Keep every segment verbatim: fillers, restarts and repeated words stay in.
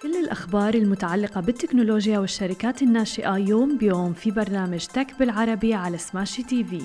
كل الأخبار المتعلقة بالتكنولوجيا والشركات الناشئة يوم بيوم في برنامج تك بالعربي على سماشي تي في.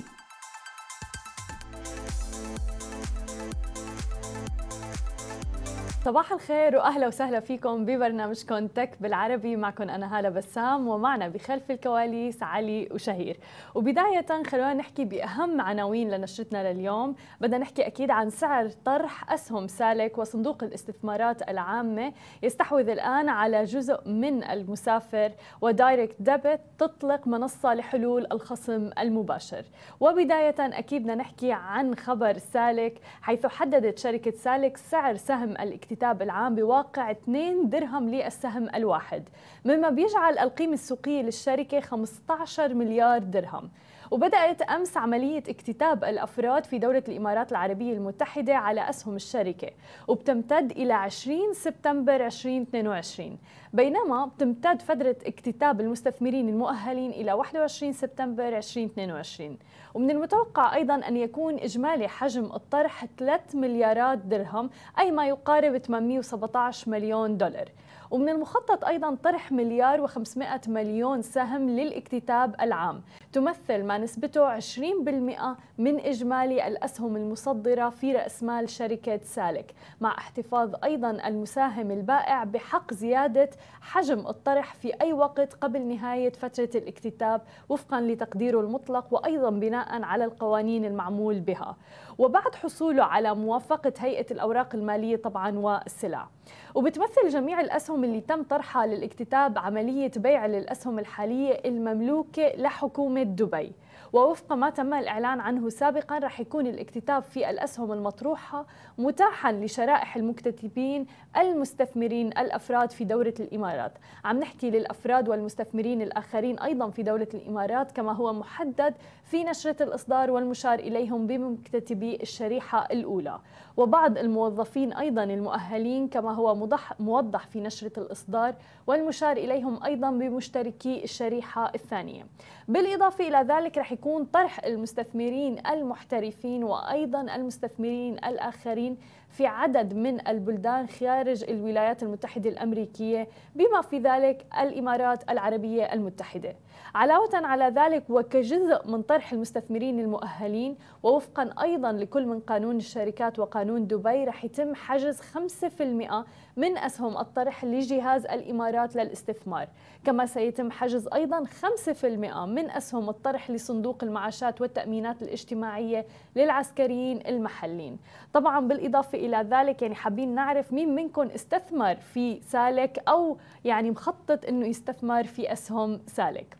صباح الخير وأهلا وسهلا فيكم ببرنامجكم تك بالعربي. معكم أنا هالة بسام، ومعنا بخلف الكواليس علي وشهير. وبداية خلونا نحكي بأهم عناوين لنشرتنا لليوم. بدنا نحكي أكيد عن سعر طرح أسهم سالك، وصندوق الاستثمارات العامة يستحوذ الآن على جزء من المسافر، ودايركت ديبت تطلق منصة لحلول الخصم المباشر. وبداية أكيد بدنا نحكي عن خبر سالك، حيث حددت شركة سالك سعر سهم الاكتتاب العام بواقع اثنين درهم للسهم الواحد، مما بيجعل القيمة السوقية للشركة خمسة عشر مليار درهم. وبدأت أمس عملية اكتتاب الأفراد في دولة الإمارات العربية المتحدة على أسهم الشركة، وبتمتد إلى عشرين سبتمبر ألفين واثنين وعشرين، بينما بتمتد فترة اكتتاب المستثمرين المؤهلين إلى واحد وعشرين سبتمبر ألفين واثنين وعشرين. ومن المتوقع أيضاً أن يكون إجمالي حجم الطرح ثلاثة مليارات درهم، أي ما يقارب ثمانمئة وسبعة عشر مليون دولار. ومن المخطط أيضاً طرح مليار وخمسمئة مليون سهم للاكتتاب العام، تمثل ما نسبته عشرين بالمئة من إجمالي الأسهم المصدرة في رأس مال شركة سالك، مع احتفاظ أيضاً المساهم البائع بحق زيادة حجم الطرح في أي وقت قبل نهاية فترة الاكتتاب وفقاً لتقديره المطلق، وأيضاً بناءً على القوانين المعمول بها، وبعد حصوله على موافقة هيئة الأوراق المالية طبعاً والسلع. وبتمثل جميع الأسهم اللي تم طرحها للاكتتاب عملية بيع للأسهم الحالية المملوكة لحكومة دبي. ووفق ما تم الإعلان عنه سابقاً، رح يكون الاكتتاب في الأسهم المطروحة متاحاً لشرائح المكتتبين المستثمرين الأفراد في دولة الإمارات. عم نحكي للأفراد والمستثمرين الآخرين أيضاً في دولة الإمارات، كما هو محدد في نشرة الإصدار والمشار إليهم بمكتتبي الشريحة الأولى، وبعض الموظفين أيضاً المؤهلين كما هو موضح في نشرة الإصدار، والمشار إليهم أيضاً بمشتركي الشريحة الثانية. بالإضافة إلى ذلك رح يكون طرح المستثمرين المحترفين وأيضاً المستثمرين الآخرين في عدد من البلدان خارج الولايات المتحدة الأمريكية، بما في ذلك الإمارات العربية المتحدة. علاوة على ذلك، وكجزء من طرح المستثمرين المؤهلين ووفقاً أيضاً لكل من قانون الشركات وقانون دبي، رح يتم حجز خمسة بالمئة من أسهم الطرح لجهاز الإمارات للاستثمار، كما سيتم حجز أيضاً خمسة بالمئة من أسهم الطرح لصندوق المعاشات والتأمينات الاجتماعية للعسكريين المحلين. طبعاً بالإضافة إلى ذلك، يعني حابين نعرف مين منكم استثمر في سالك أو يعني مخطط إنه يستثمر في أسهم سالك.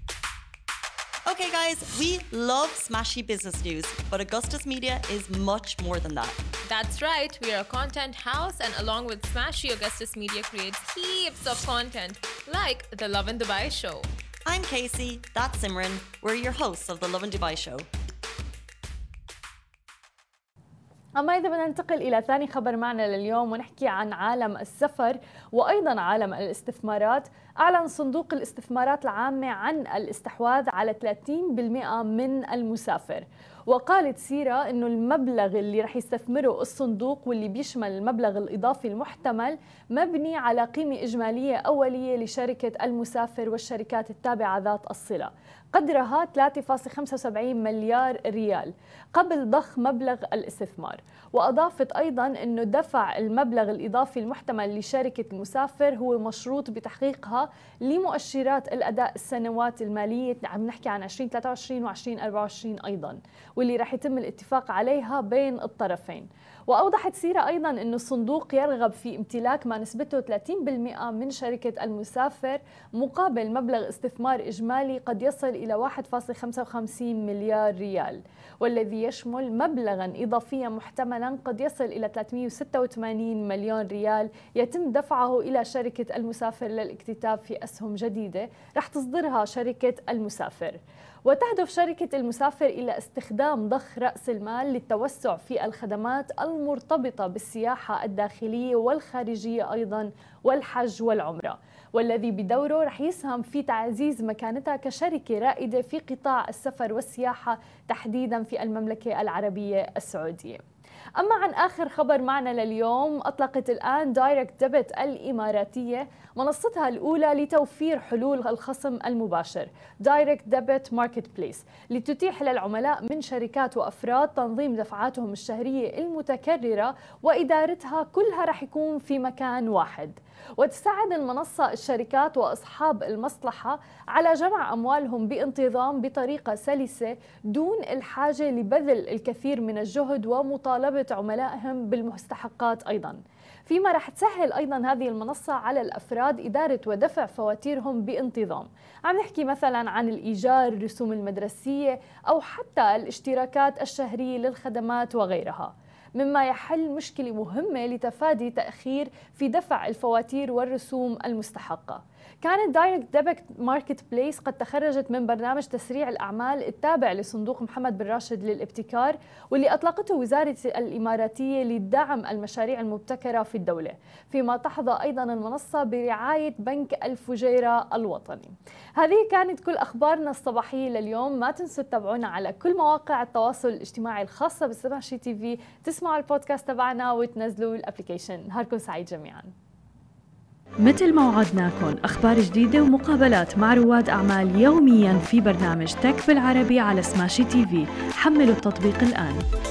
Okay guys, we love smashy business news, but Augustus Media is much more than that. That's right, we are a content house, and along with Smashy, Augustus Media creates heaps of content, like the Lovin Dubai Show. I'm Casey, that's Simran, we're your hosts of the Lovin Dubai Show. أما إذا بدنا ننتقل إلى ثاني خبر معنا لليوم ونحكي عن عالم السفر وأيضاً عالم الاستثمارات، أعلن صندوق الاستثمارات العامة عن الاستحواذ على ثلاثين بالمئة من المسافر. وقالت سيرة أنه المبلغ اللي رح يستثمره الصندوق واللي بيشمل المبلغ الإضافي المحتمل مبني على قيمة إجمالية أولية لشركة المسافر والشركات التابعة ذات الصلة، قدرها ثلاثة فاصلة خمسة وسبعين مليار ريال قبل ضخ مبلغ الاستثمار. وأضافت أيضاً أنه دفع المبلغ الإضافي المحتمل لشركة المسافر هو مشروط بتحقيقها لمؤشرات الأداء السنوات المالية، عم نحكي عن ألفين وثلاثة وعشرين وألفين وأربعة وعشرين أيضاً، واللي رح يتم الاتفاق عليها بين الطرفين. وأوضحت سيرة أيضاً أن الصندوق يرغب في امتلاك ما نسبته ثلاثين بالمئة من شركة المسافر مقابل مبلغ استثمار إجمالي قد يصل إلى واحد فاصلة خمسة وخمسين مليار ريال، والذي يشمل مبلغاً إضافياً محتملاً قد يصل إلى ثلاثمئة وستة وثمانين مليون ريال يتم دفعه إلى شركة المسافر للاكتتاب في أسهم جديدة رح تصدرها شركة المسافر. وتهدف شركة المسافر إلى استخدام ضخ رأس المال للتوسع في الخدمات المرتبطة بالسياحة الداخلية والخارجية أيضاً والحج والعمرة، والذي بدوره رح يسهم في تعزيز مكانتها كشركة رائدة في قطاع السفر والسياحة تحديداً في المملكة العربية السعودية. أما عن آخر خبر معنا لليوم، أطلقت الآن دايركت ديبت الإماراتية منصتها الأولى لتوفير حلول الخصم المباشر دايركت ديبت ماركت بليس، لتتيح للعملاء من شركات وأفراد تنظيم دفعاتهم الشهرية المتكررة وإدارتها كلها رح يكون في مكان واحد. وتساعد المنصة الشركات وأصحاب المصلحة على جمع أموالهم بانتظام بطريقة سلسة دون الحاجة لبذل الكثير من الجهد ومطالبة عملائهم بالمستحقات أيضاً. فيما رح تسهل أيضاً هذه المنصة على الأفراد إدارة ودفع فواتيرهم بانتظام. عم نحكي مثلاً عن الإيجار، الرسوم المدرسية، أو حتى الاشتراكات الشهرية للخدمات وغيرها، مما يحل مشكلة مهمة لتفادي تأخير في دفع الفواتير والرسوم المستحقة. كانت دايركت ديبت ماركت بليس قد تخرجت من برنامج تسريع الأعمال التابع لصندوق محمد بن راشد للابتكار، واللي أطلقته وزارة الإماراتية لدعم المشاريع المبتكرة في الدولة، فيما تحظى أيضا المنصة برعاية بنك الفجيرة الوطني. هذه كانت كل أخبارنا الصباحية لليوم. ما تنسوا تتابعونا على كل مواقع التواصل الاجتماعي الخاصة بسماشي تي في، تسمعوا البودكاست تبعنا وتنزلوا الابليكيشن. نهاركم سعيد جميعا. مثل ما وعدناكم أخبار جديدة ومقابلات مع رواد أعمال يومياً في برنامج تك بالعربي على سماشي تي في. حملوا التطبيق الآن.